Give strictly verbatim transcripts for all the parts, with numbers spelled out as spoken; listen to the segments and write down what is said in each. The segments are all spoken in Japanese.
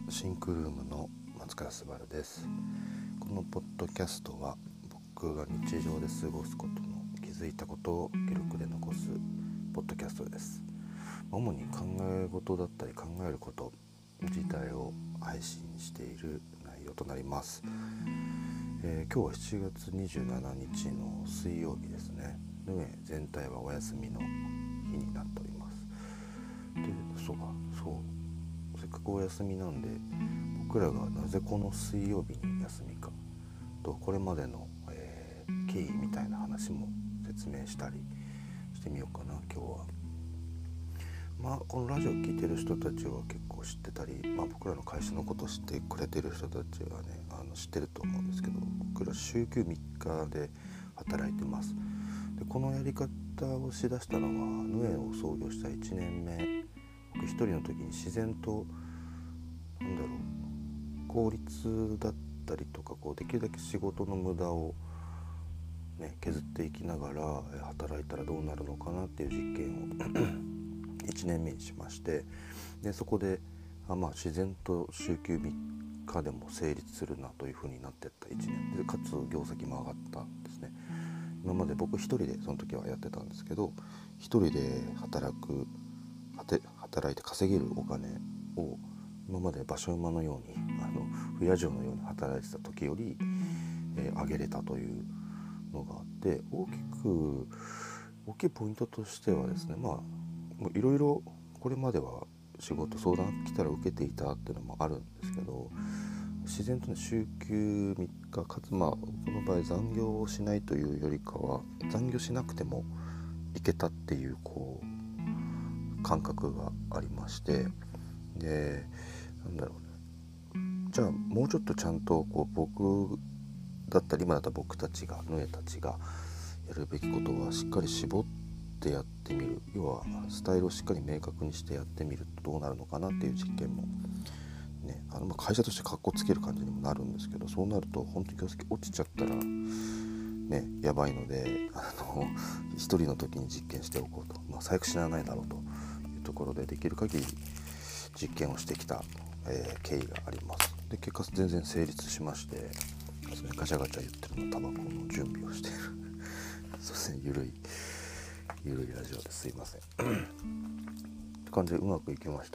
シンクルームの松川すばるです。このポッドキャストは僕が日常で過ごすことの気づいたことを記録で残すポッドキャストです。主に考え事だったり考えること自体を配信している内容となります。えー、今日はしちがつにじゅうしちにちの水曜日ですね。ヌエ全体はお休みの日になっております。で、そうか、そうせっかくお休みなんで、僕らがなぜこの水曜日に休みかと、これまでの、えー、経緯みたいな話も説明したりしてみようかな。今日はまあこのラジオ聞いてる人たちは結構知ってたり、まあ、僕らの会社のことを知ってくれてる人たちはね、あの知ってると思うんですけど、僕ら週休みっかで働いてます。でこのやり方をしだしたのはヌエを創業したいちねんめ、僕一人の時に自然となんだろう効率だったりとか、こうできるだけ仕事の無駄を、ね、削っていきながら働いたらどうなるのかなっていう実験をいちねんめにしまして、でそこであ、まあ、自然と週休みっかでも成立するなというふうになっていったいちねんで、かつ業績も上がったんですね。今まで僕一人でその時はやってたんですけど、一人で働く働いて稼げるお金を今まで馬車馬のように、あの不夜城のように働いてた時より、えー、上げれたというのがあって、大きく大きいポイントとしてはですね、まあいろいろこれまでは仕事相談来たら受けていたっていうのもあるんですけど、自然とね週休みっかかつ、まあこの場合残業をしないというよりかは残業しなくてもいけたっていうこう感覚がありまして、でなんだろうね、じゃあもうちょっとちゃんとこう僕だったり今だったら僕たちがヌエたちがやるべきことはしっかり絞ってやってみる、要はスタイルをしっかり明確にしてやってみるとどうなるのかなっていう実験もね、あのまあ会社としてカッコつける感じにもなるんですけど、そうなると本当に業績落ちちゃったらねやばいので、あの一人の時に実験しておこうと、まあ、最悪死なないだろうというところでできる限り実験をしてきた、えー、経緯があります。で結果全然成立しまして、ガチャガチャ言ってるのタバコの準備をしているそうですね、ゆるいゆるいラジオですいませんって感じでうまくいきました。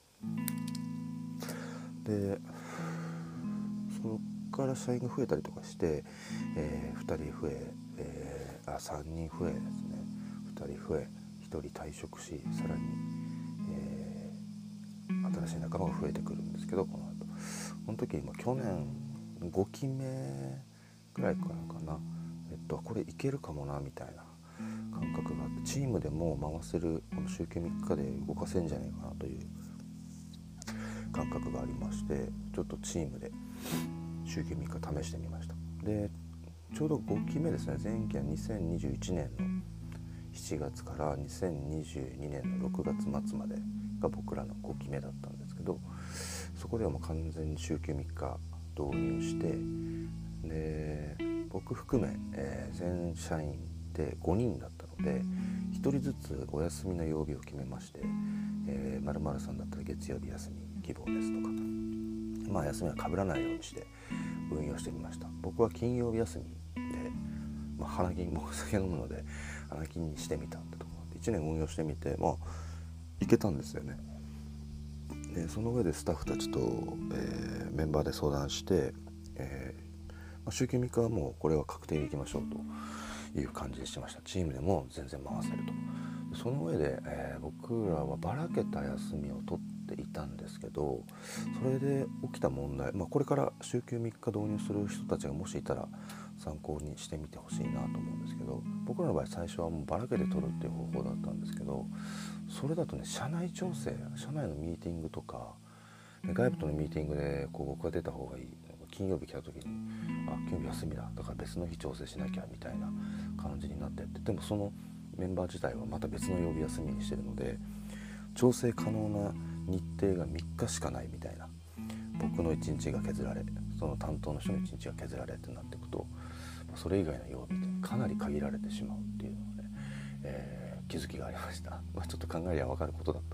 でそこから社員が増えたりとかして、えー、ふたり増ええー、あさんにん増えですね、ふたり増えひとり退職し、さらに、えー、新しい仲間が増えてくるんですけど、この後この時今去年ごきめぐらいからかな、えっとこれいけるかもなみたいな感覚があって、チームでも回せる、この週休みっかで動かせるんじゃないかなという感覚がありまして、ちょっとチームで週休みっか試してみました。でちょうどごきめですね。前期はにせんにじゅういちねんのしちがつからにせんにじゅうにねんのろくがつまつまでが僕らのごきめだったんですけど、そこではもう完全に週休みっか導入して、で僕含め、えー、全社員でごにんだったので、ひとりずつお休みの曜日を決めまして、えー、〇〇さんだったら月曜日休み希望ですとか、まあ休みは被らないようにして運用してみました。僕は金曜日休みで、まあ、花金、僕酒飲むので花金にしてみたってところでいちねん運用してみて、まあいけたんですよね。でその上でスタッフたちと、えー、メンバーで相談して、えーまあ、週休みっかはもうこれは確定でいきましょうという感じにしてました。チームでも全然回せると。その上で、えー、僕らはばらけた休みを取っていたんですけど、それで起きた問題、まあ、これから週休みっか導入する人たちがもしいたら参考にしてみてほしいなと思うんですけど、僕らの場合最初はもうばらけて取るっていう方法だったんですけど、それだとね、社内調整、社内のミーティングとか外部とのミーティングでこう僕が出た方がいい、金曜日来た時にあ金曜日休みだ、だから別の日調整しなきゃみたいな感じになってって、でもそのメンバー自体はまた別の曜日休みにしてるので、調整可能な日程がみっかしかないみたいな、僕のいちにちが削られ、その担当の人のいちにちが削られってなっていくと、それ以外の曜日ってかなり限られてしまうっていうのをね、えー、気づきがありました。まあ、ちょっと考えりゃ分かることだったんだけど、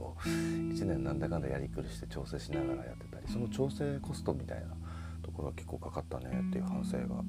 こういちねんなんだかんだやりくりして調整しながらやってたり、その調整コストみたいなところは結構かかったねっていう反省があって、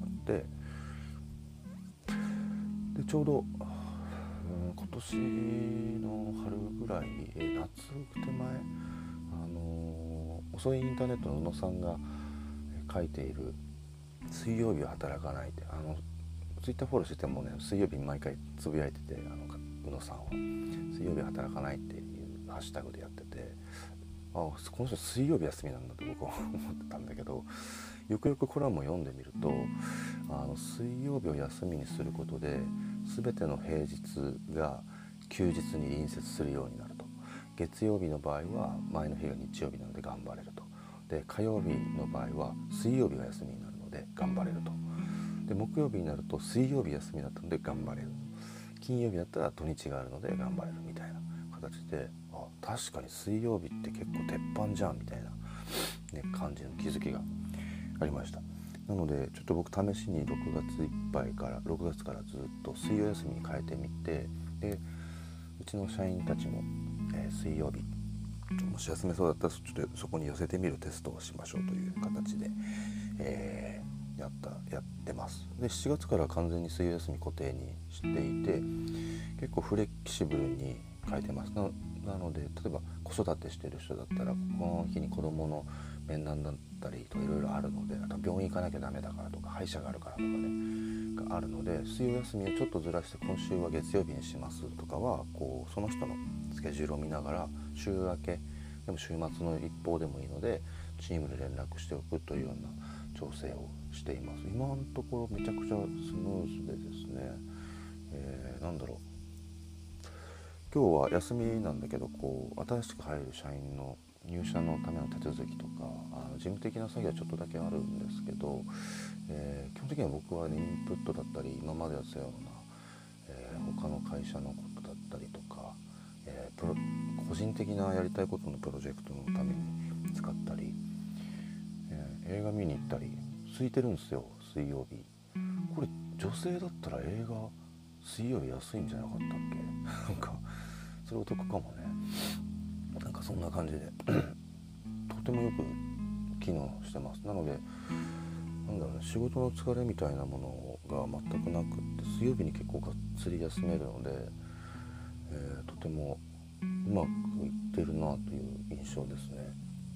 でちょうど、うん、今年の春ぐらい、え夏手前、あのー、遅いインターネットの宇野さんが書いている水曜日は働かないって、あのツイッターフォローしててもね、水曜日に毎回つぶやいてて、あの宇野さんは水曜日は働かないっていうハッシュタグでやってて、あこの人水曜日休みなんだと僕は思ってたんだけど、よくよくコラムを読んでみると、あの水曜日を休みにすることで全ての平日が休日に隣接するようになると。月曜日の場合は前の日が日曜日なので頑張れると。で火曜日の場合は水曜日が休みになるので頑張れると。で木曜日になると水曜日休みだったので頑張れる。金曜日だったら土日があるので頑張れるみたいな形で、あ確かに水曜日って結構鉄板じゃんみたいな、ね、感じの気づきがありました。なのでちょっと僕試しにろくがついっぱいからろくがつからずっと水曜休みに変えてみて、でうちの社員たちも、えー、水曜日もし休めそうだったらちょっとそこに寄せてみるテストをしましょうという形で、えー、やったやってます。でしちがつから完全に水曜休み固定にしていて、結構フレキシブルに変えてます。 な, なので例えば子育てしてる人だったらこの日に子供の面談だったりといろいろあるので、あと病院行かなきゃダメだからとか歯医者があるからとかねがあるので、水曜休みをちょっとずらして今週は月曜日にしますとかはこうその人のスケジュールを見ながら週明けでも週末の一方でもいいのでチームで連絡しておくというような調整をしています。今のところめちゃくちゃスムーズでですね、えー、なんだろう今日は休みなんだけど、こう新しく入る社員の入社のための手続きとかあの事務的な作業はちょっとだけあるんですけど、えー、基本的には僕は、ね、インプットだったり今までやってたような、えー、他の会社のことだったりとか、えー、プロ個人的なやりたいことのプロジェクトのために使ったり、えー、映画見に行ったり空いてるんですよ水曜日。これ女性だったら映画水曜日安いんじゃなかったっけなんかそれお得かもね。なんかそんな感じでとてもよく機能してます。なのでなんだろうね、仕事の疲れみたいなものが全くなくって水曜日に結構がっつり休めるので、えー、とてもうまくいってるなという印象ですね。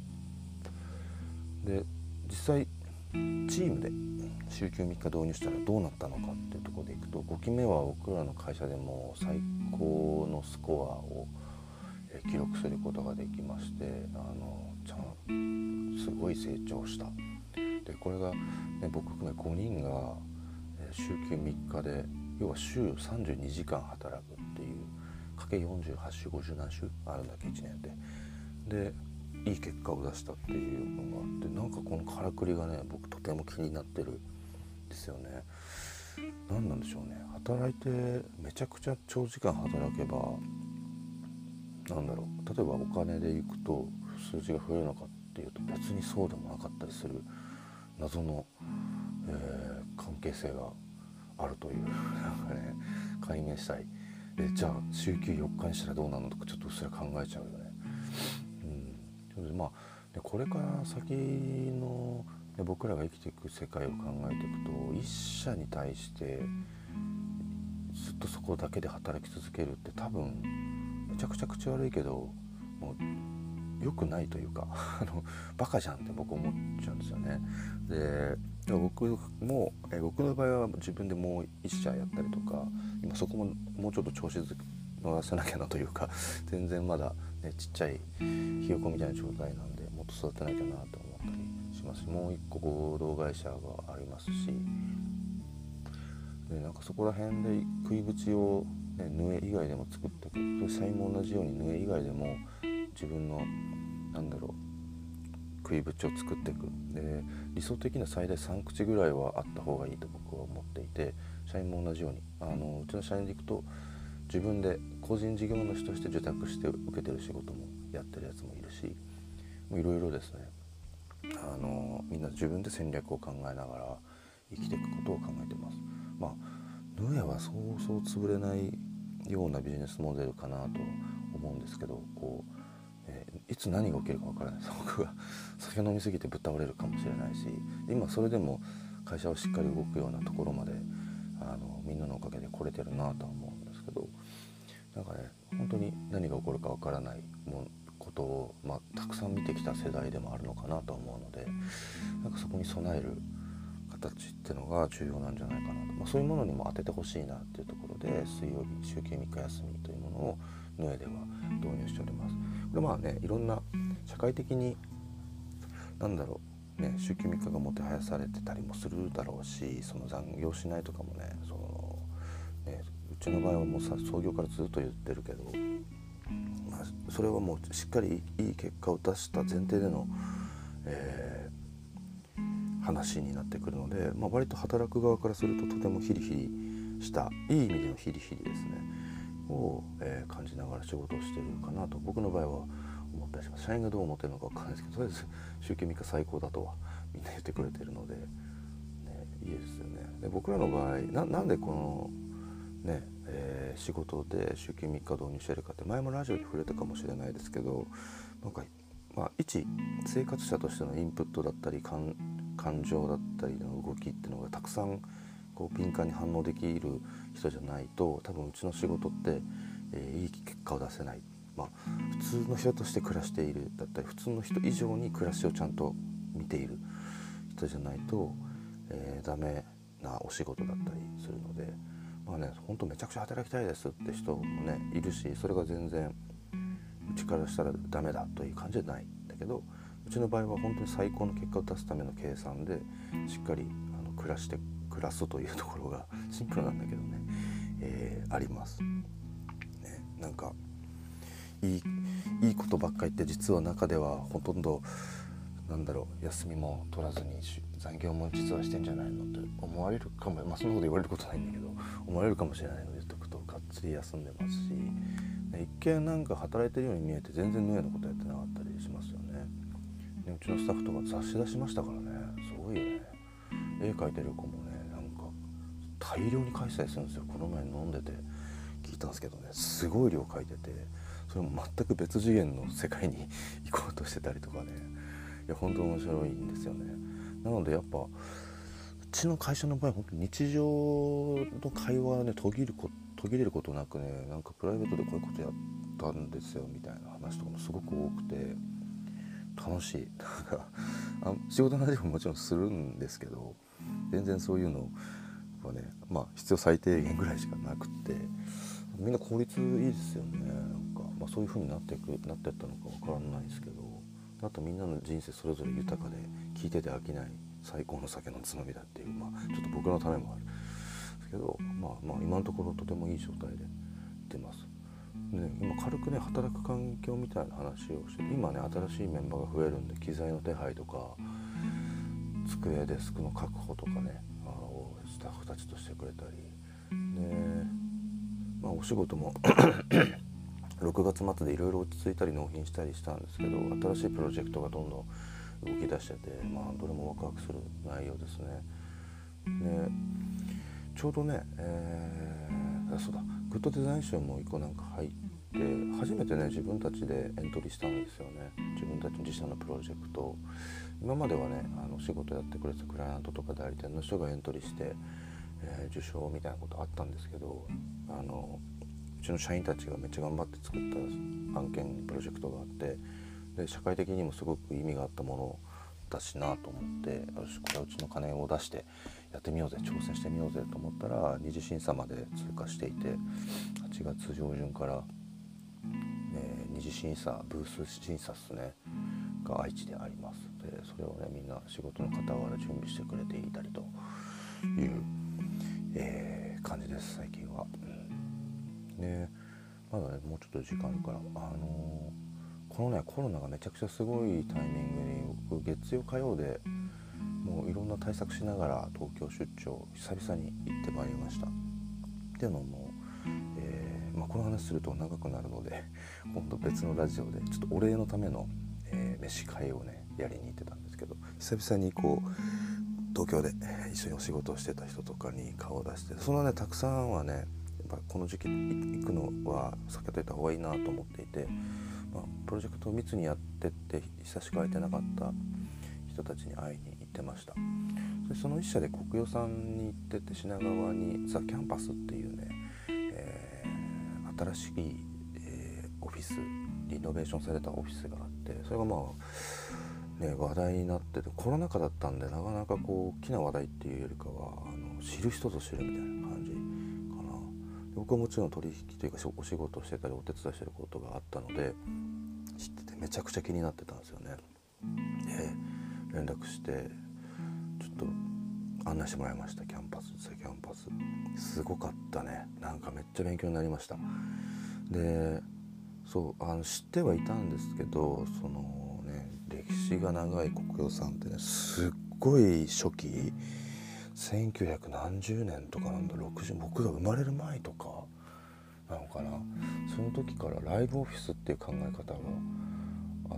で実際チームで週休みっか導入したらどうなったのかっていうところでいくと、ごきめは僕らの会社でも最高のスコアを記録することができまして、あのちゃんすごい成長した。でこれが、ね、僕含めごにんが週休みっかで要は週さんじゅうにじかん働くっていうかけよんじゅうはち週ごじゅう何週あるんだっけいちねんででいい結果を出したっていうのがあって、なんかこのからくりがね僕とても気になってるんですよね。何なんでしょうね、働いてめちゃくちゃ長時間働けばなんだろう、例えばお金でいくと数字が増えるのかっていうと別にそうでもなかったりする謎の、えー、関係性があるというなんかね解明したい。でじゃあ週休よっかにしたらどうなるのとかちょっとうっすら考えちゃうよね。うんまあ、でこれから先ので僕らが生きていく世界を考えていくと一社に対してずっとそこだけで働き続けるって多分めちゃくちゃ口悪いけどもう良くないというかあのバカじゃんって僕思っちゃうんですよね。で僕もえ僕の場合は自分でもう一社やったりとか今そこももうちょっと調子乗らせなきゃなというか全然まだ、ね、ちっちゃいひよこみたいな状態なんでもっと育てなきゃなと思ったりしますし、もう一個合同会社がありますし、でなんかそこら辺で食い縁を、ね、縫え以外でも作っていく、社員も同じように縫え以外でも自分のなんだろう食い縁を作っていく。で理想的には最大さん口ぐらいはあった方がいいと僕は思っていて、社員も同じようにあのうちの社員でいくと自分で個人事業主として受託して受けてる仕事もやってるやつもいるし、いろいろですね、あのみんな自分で戦略を考えながら生きていくことを考えてます。まあヌエはそうそう潰れないようなビジネスモデルかなと思うんですけど、こえー、いつ何が起きるか分からないです。僕が酒飲みすぎてぶっ倒れるかもしれないし、今それでも会社をしっかり動くようなところまであのみんなのおかげで来れてるなとは思うんですけど、なんかね本当に何が起こるか分からないもことを、まあ、たくさん見てきた世代でもあるのかなと思うので、なんかそこに備える形っていうのが重要なんじゃないかなと、まあ、そういうものにも当ててほしいなっていうところで、水曜日週休みっか休みというものをノエでは導入しております。これまあね、いろんな社会的になんだろうね、週休みっかがもてはやされてたりもするだろうし、その残業しないとかもね、そのね、うちの場合はもうさ創業からずっと言ってるけど、まあ、それはもうしっかりいい結果を出した前提での、えー、話になってくるので、まあ、割と働く側からするととてもヒリヒリしたいい意味でのヒリヒリですねを、えー、感じながら仕事をしているかなと僕の場合は思ったりします。社員がどう思ってるのか分からないですけど、とりあえず週休みっか最高だとはみんな言ってくれてるので、ね、いいですよね。で僕らの場合 な, なんでこのねえー、仕事で週休みっか導入してるかって、前もラジオで触れたかもしれないですけど、なんか、まあ、一生活者としてのインプットだったり 感, 感情だったりの動きっていうのがたくさんこう敏感に反応できる人じゃないと、多分うちの仕事って、えー、いい結果を出せない、まあ、普通の人として暮らしているだったり、普通の人以上に暮らしをちゃんと見ている人じゃないと、えー、ダメなお仕事だったりするので、まあね、本当めちゃくちゃ働きたいですって人もねいるし、それが全然うちからしたらダメだという感じじゃないんだけど、うちの場合は本当に最高の結果を出すための計算でしっかりあの暮らして暮らすというところがシンプルなんだけどね、えー、あります、ね、なんかいい、いいことばっかりって実は中ではほとんどなんだろう、休みも取らずに残業も実はしてんじゃないのって思われるかも、まあそんなこと言われることないんだけど思われるかもしれないので言っとくと、がっつり休んでますし、一見なんか働いてるように見えて全然ノエのことやってなかったりしますよね。でうちのスタッフとか雑誌出しましたからね、すごいよね。絵描いてる子もね、なんか大量に描いてたりするんですよ。この前飲んでて聞いたんですけどね、すごい量描いてて、それも全く別次元の世界に行こうとしてたりとかね、いや本当面白いんですよね。なのでやっぱうちの会社の場合本当に日常の会話はね途切るこ途切れることなくね、なんかプライベートでこういうことやったんですよみたいな話とかもすごく多くて楽しい。なんかあ仕事の話ももちろんするんですけど、全然そういうのはね、まあ必要最低限ぐらいしかなくて、みんな効率いいですよね。なんか、まあ、そういう風になっていくなっていったのかわからないですけど、あとみんなの人生それぞれ豊かで聞いてて飽きない最高の酒のつまみだっていう、まあちょっと僕のためもあるですけど、まあまあ今のところとてもいい状態で出ます。でね、今軽くね働く環境みたいな話をして、今ね新しいメンバーが増えるんで、機材の手配とか机デスクの確保とかね、あのスタッフたちとしてくれたりで、まあ、お仕事もろくがつ末でいろいろ落ち着いたり納品したりしたんですけど、新しいプロジェクトがどんどん動き出してて、まあどれもワクワクする内容ですね。でちょうどね、えー、そうだグッドデザイン賞もいっこなんか入って初めてね自分たちでエントリーしたんですよね。自分たちの自社のプロジェクト、今まではねあの仕事やってくれたクライアントとか代理店の人がエントリーして、えー、受賞みたいなことあったんですけど、あのうちの社員たちがめっちゃ頑張って作った案件プロジェクトがあって、で社会的にもすごく意味があったものだしなと思って、よしこれはうちの金を出してやってみようぜ、挑戦してみようぜと思ったら二次審査まで通過していて、はちがつ上旬から、えー、二次審査ブース審査っすねが愛知であります。でそれをねみんな仕事の傍ら準備してくれていたりという、えー、感じです最近は。ね、まだねもうちょっと時間あるから、あのー、このねコロナがめちゃくちゃすごいタイミングに僕月曜火曜でもういろんな対策しながら東京出張久々に行ってまいりました。っていうのも、えーまあ、この話すると長くなるので今度別のラジオでちょっとお礼のための、えー、飯会をねやりに行ってたんですけど、久々にこう東京で一緒にお仕事をしてた人とかに顔を出して、そんなねたくさんはねやっぱこの時期行くのは避けといた方がいいなと思っていて、 まあ、プロジェクトを密にやってって久しく会えてなかった人たちに会いに行ってました。でその一社で国用さんに行ってて、品川にザ・キャンパスっていうね、えー、新しい、えー、オフィス、リノベーションされたオフィスがあって、それがまあね話題になってて、コロナ禍だったんでなかなかこう大きな話題っていうよりかはあの知る人ぞ知るみたいな感じかな。で僕はもちろん取引というかお仕事をしてたりお手伝いしてることがあったので知っててめちゃくちゃ気になってたんですよね。で連絡してちょっと案内してもらいました。キャンパス、キャンパスすごかったね。なんかめっちゃ勉強になりました。でそうあの知ってはいたんですけど、そのね歴史が長い国用さんってねすっごい初期せんきゅうひゃくなんじゅうねんとかなんだ、ろくじゅう僕が生まれる前とかなのかな。その時からライブオフィスっていう考え方があって、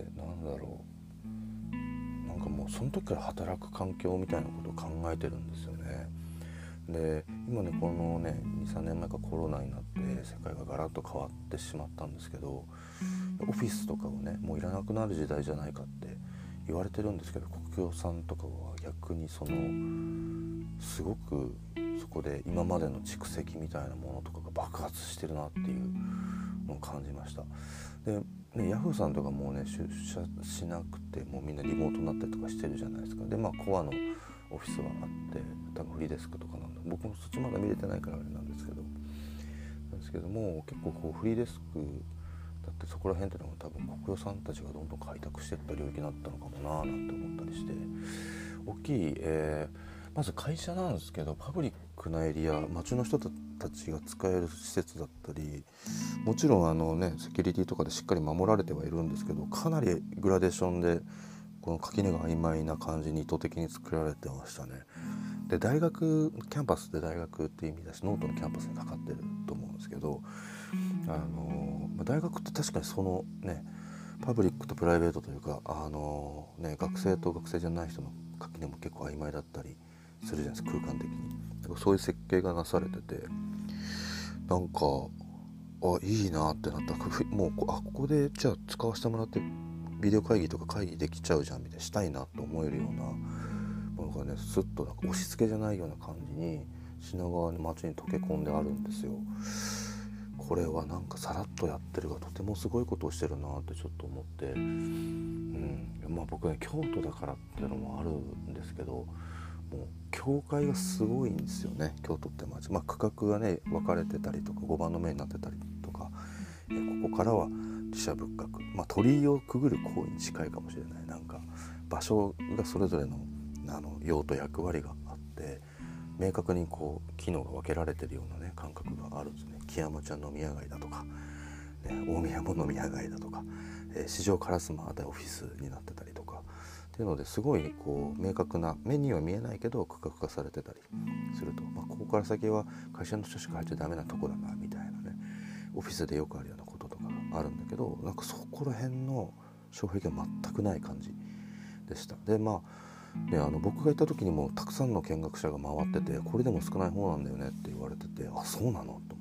なんだろう、なんかもうその時から働く環境みたいなことを考えてるんですよね。で今ねこのね にさんねんまえかコロナになって世界がガラッと変わってしまったんですけど、オフィスとかをねもういらなくなる時代じゃないかって言われてるんですけど、国用さんとかは逆にそのすごくそこで今までの蓄積みたいなものとかが爆発してるなっていうのを感じました。でね、ヤフーさんとかもうね出社しなくてもうみんなリモートになったりとかしてるじゃないですか。でまあコアのオフィスはあって多分フリーデスクとかなんだ、僕もそっちまだ見れてないからあれなんですけどなんですけども、結構こうフリーデスクだってそこら辺ってのは多分国用さんたちがどんどん開拓していった領域になったのかもななんて思ったりして、大きい、えー、まず会社なんですけどパブリックなエリア、街の人たちが使える施設だったり、もちろんあのねセキュリティとかでしっかり守られてはいるんですけど、かなりグラデーションでこの垣根が曖昧な感じに意図的に作られてましたね。で大学キャンパスで大学っていう意味だしノートのキャンパスにかかってると思うんですけど、あの大学って確かにそのねパブリックとプライベートというか、あのね学生と学生じゃない人の垣根も結構曖昧だったりするじゃないですか、空間的に。だからそういう設計がなされてて、なんかあいいなってなった。もうあここでじゃあ使わせてもらってビデオ会議とか会議できちゃうじゃんみたいな、したいなと思えるようなものがねスッとなんか押し付けじゃないような感じに品川の街に溶け込んであるんですよ。これはなんかさらっとやってるがとてもすごいことをしてるなってちょっと思って、うん、まあ僕ね京都だからっていうのもあるんですけど、もう教会がすごいんですよね京都って街。まあ区画がね分かれてたりとかごばんの目になってたりとか、えここからは寺社仏閣、まあ、鳥居をくぐる行為に近いかもしれない。なんか場所がそれぞれのあの用途役割があって明確にこう機能が分けられてるようなね感覚があるんですね。木山ちゃん飲み屋街だとか、ね、大宮も飲み屋街だとか、えー、四条烏丸でオフィスになってたりとかっていうのですごいこう明確な目には見えないけど区画化されてたりすると、まあ、ここから先は会社の人しか入っちゃダメなとこだなみたいなね、オフィスでよくあるようなこととかがあるんだけど、なんかそこら辺の障壁が全くない感じでした。でまあであの僕が行った時にもたくさんの見学者が回ってて、これでも少ない方なんだよねって言われてて、あそうなのと思って。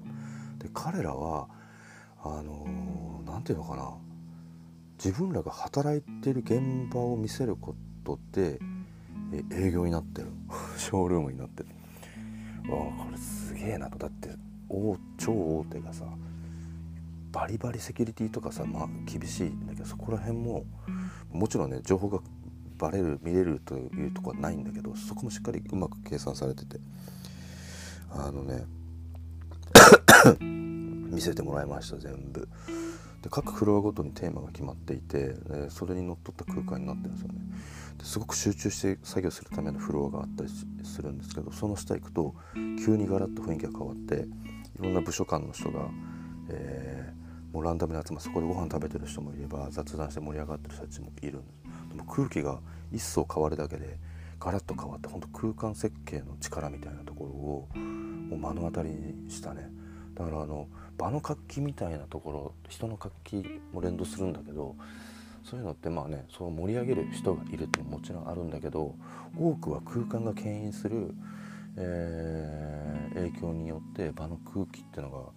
で彼らはあのー、なんていうのかな、自分らが働いてる現場を見せることで営業になってるショールームになってる。わあこれすげえなと。だって大超大手がさバリバリセキュリティとかさ、まあ厳しいんだけど、そこら辺ももちろんね情報がバレる見れるというところはないんだけど、そこもしっかりうまく計算されてて、あのね見せてもらいました全部で。各フロアごとにテーマが決まっていて、それにのっとった空間になってるんですよね。ですごく集中して作業するためのフロアがあったりするんですけど、その下行くと急にガラッと雰囲気が変わって、いろんな部署間の人が、えー、もうランダムに集まってそこでご飯食べてる人もいれば雑談して盛り上がってる人たちもいるんです。でも空気が一層変わるだけでガラッと変わって、本当空間設計の力みたいなところをもう目の当たりにしたね。だからあの場の活気みたいなところ、人の活気も連動するんだけど、そういうのってまあねそう盛り上げる人がいるってもちろんあるんだけど、多くは空間が牽引する、えー、影響によって場の空気っていうのが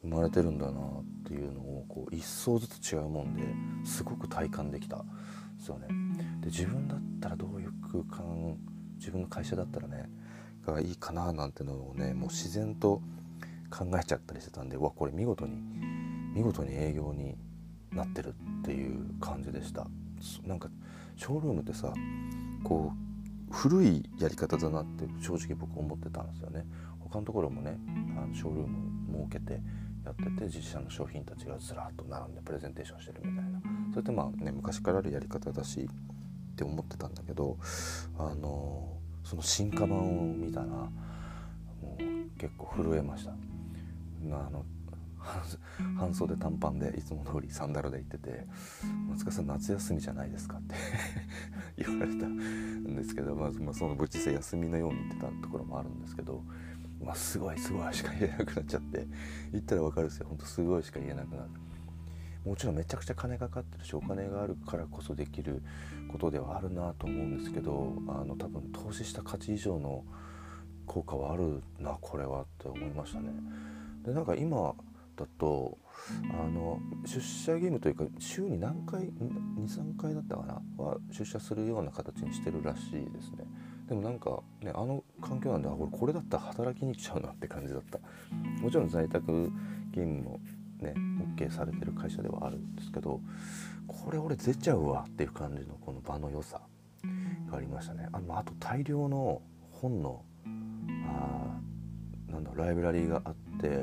生まれてるんだなっていうのをこう一層ずつ違うもんですごく体感できたんですよね。で自分だったらどういう空間、自分の会社だったらねがいいかななんてのをねもう自然と考えちゃったりしてたんで、うわこれ見事に見事に営業になってるっていう感じでした。なんかショールームってさこう古いやり方だなって正直僕思ってたんですよね。他のところもねあのショールーム設けてやってて自社の商品たちがずらっと並んでプレゼンテーションしてるみたいな、それってまあね昔からあるやり方だしって思ってたんだけど、あのその進化版を見たらもう結構震えました。あの半袖短パンでいつも通りサンダルで行ってて、松川さん夏休みじゃないですかって言われたんですけど、まあ、まあそのぶっちせ休みのように言ってたところもあるんですけど、まあ、すごいすごいしか言えなくなっちゃって、言ったら分かるんですよ。ほんとすごいしか言えなくなる。もちろんめちゃくちゃ金がかかってるしお金があるからこそできることではあるなと思うんですけど、あの多分投資した価値以上の効果はあるなこれはって思いましたね。でなんか今だとあの出社義務というか週に何回 にさんかいだったかなは出社するような形にしてるらしいですね。でもなんかねあの環境なんで、あこれこれだったら働きに来ちゃうなって感じだった。もちろん在宅勤務もね OK されてる会社ではあるんですけど、これ俺出ちゃうわっていう感じのこの場の良さがありましたね。あのあと大量の本のあなんだライブラリーがあって、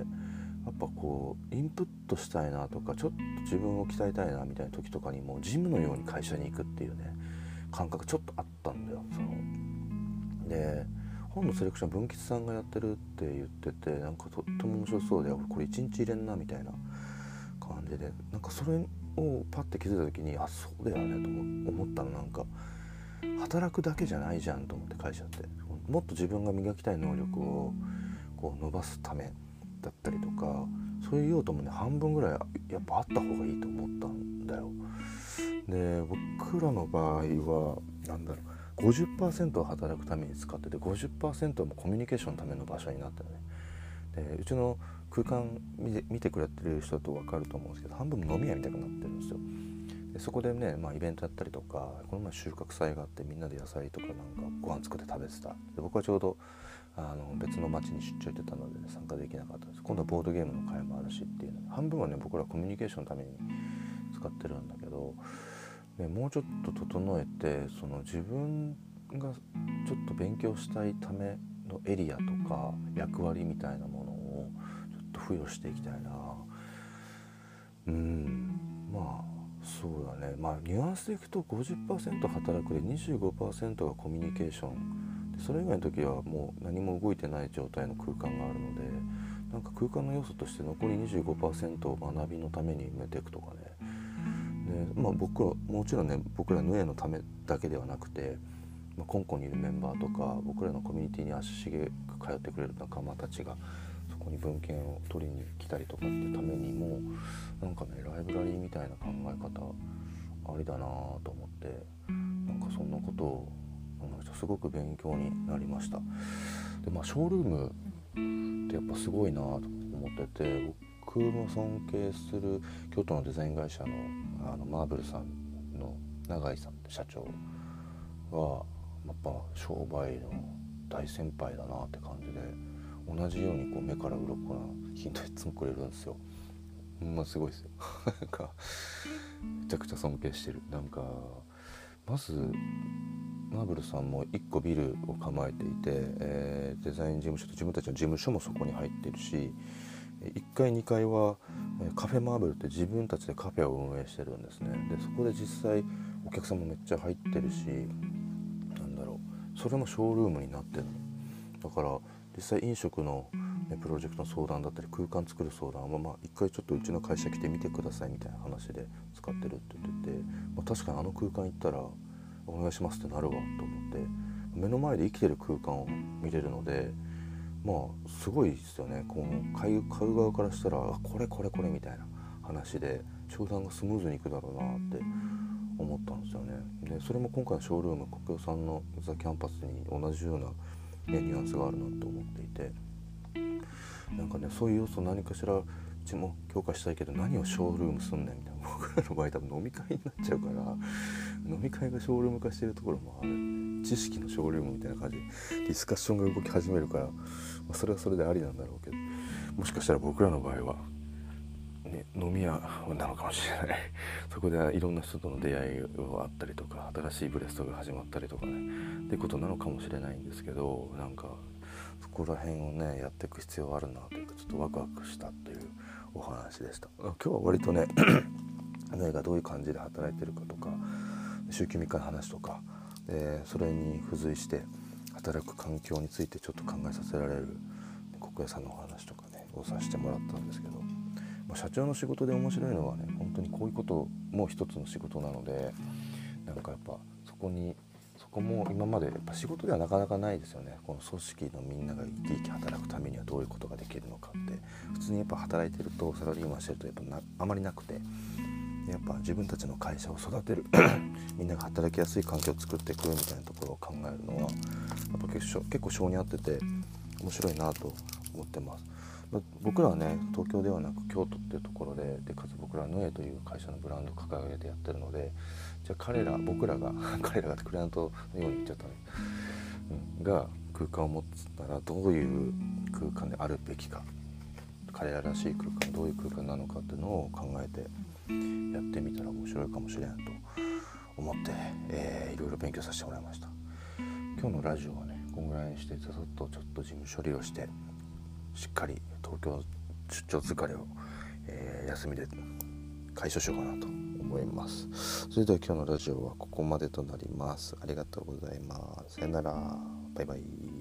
やっぱこうインプットしたいなとかちょっと自分を鍛えたいなみたいな時とかにもジムのように会社に行くっていうね感覚ちょっとあったんだよ。そので本のセレクション文吉さんがやってるって言ってて、なんかとっても面白そうで、これ一日入れんなみたいな感じで、なんかそれをパッて気づいた時にあそうだよねと思ったの。なんか働くだけじゃないじゃんと思って、会社ってもっと自分が磨きたい能力をこう伸ばすためだったりとか、そういう用途もね半分ぐらいやっぱあった方がいいと思ったんだよ。で僕らの場合はなんだろう ごじゅっパーセント は働くために使ってて ごじゅっパーセント はもうコミュニケーションのための場所になってるね。でうちの空間見て、見てくれてる人だと分かると思うんですけど、半分飲み屋みたいになってるんですよ。でそこでね、まあ、イベントやったりとか、この前収穫祭があってみんなで野菜とかなんかご飯作って食べてた。で僕はちょうどあの別の町に出張行ってたので、ね、参加できなかったんです。今度はボードゲームの会もあるしっていうので、半分はね僕らコミュニケーションのために使ってるんだけど、ね、もうちょっと整えてその自分がちょっと勉強したいためのエリアとか役割みたいなものをちょっと付与していきたいな。うんまあそうだね、まあニュアンスでいくと ごじゅっパーセント 働くで にじゅうごパーセント がコミュニケーションで、それ以外の時はもう何も動いてない状態の空間があるので、なんか空間の要素として残り にじゅうごパーセント を学びのために埋めていくとかね。で、まあ、僕はもちろんね僕らヌエのためだけではなくて、まあ、香港にいるメンバーとか僕らのコミュニティに足しげく通ってくれる仲間たちがそこに文献を取りに来たりとかっていうためにもなんかねライブラリーみたいな考え方ありだなと思って、なんかそんなことをすごく勉強になりました。で、まあ、ショールームってやっぱすごいなと思ってて、僕も尊敬する京都のデザイン会社の、あのマーブルさんの永井さんって社長はやっぱ商売の大先輩だなって感じで、同じようにこう目から鱗なヒントいつもくれるんですよ。まあすごいですよなんかめちゃくちゃ尊敬してる。なんかまずマーブルさんもいっこビルを構えていて、えー、デザイン事務所と自分たちの事務所もそこに入っているし、いっかいにかいはカフェマーブルって自分たちでカフェを運営してるんですね。でそこで実際お客さんもめっちゃ入ってるし、なんだろうそれもショールームになってるのだから、実際飲食のプロジェクトの相談だったり空間作る相談はまあ一回ちょっとうちの会社来てみてくださいみたいな話で使ってるって言ってて、まあ、確かにあの空間行ったらお願いしますってなるわと思って、目の前で生きてる空間を見れるので、まあすごいですよね。こう買う、買う側からしたらあこれこれこれみたいな話で商談がスムーズにいくだろうなって思ったんですよね。でそれも今回のショールーム国境さんのザ・キャンパスに同じような、ね、ニュアンスがあるなと思っていて、なんかねそういう要素を何かしらうちも強化したいけど何をショールームすんねんみたいな、僕らの場合多分飲み会になっちゃうから、飲み会がショールーム化してるところもある、知識のショールームみたいな感じでディスカッションが動き始めるから、まあ、それはそれでありなんだろうけど、もしかしたら僕らの場合は、ね、飲み屋なのかもしれないそこでいろんな人との出会いがあったりとか、新しいブレストが始まったりとかねってことなのかもしれないんですけど、なんかそこら辺をねやっていく必要あるなというか、ちょっとワクワクしたっていうお話でした。今日は割とね誰がどういう感じで働いてるかとか、週休みっかの話とか、でそれに付随して働く環境についてちょっと考えさせられる国営さんのお話とかねをさせてもらったんですけど、まあ、社長の仕事で面白いのはね、本当にこういうことも一つの仕事なので、なんかやっぱそこにそこも今までやっぱ仕事ではなかなかないですよね。この組織のみんなが生き生き働くためにはどういうことができるのかって普通にやっぱ働いてると、サラリーマンしてるとやっぱなあまりなくて、やっぱ自分たちの会社を育てるみんなが働きやすい環境を作っていくみたいなところを考えるのはやっぱ結構、結構性に合ってて面白いなと思ってます。僕らはね東京ではなく京都っていうところで、でかつ僕らノエという会社のブランドを掲げてやってるので、じゃあ彼ら僕らが彼らがクライアントのように言っちゃったね、うん、が空間を持つならどういう空間であるべきか、彼ららしい空間はどういう空間なのかっていうのを考えてやってみたら面白いかもしれんと思って、えー、いろいろ勉強させてもらいました。今日のラジオはねこんぐらいにしてささっとちょっと事務処理をしてしっかり東京出張疲れを、えー、休みで解消しようかなと思います。それでは今日のラジオはここまでとなります。ありがとうございます。さよなら。バイバイ。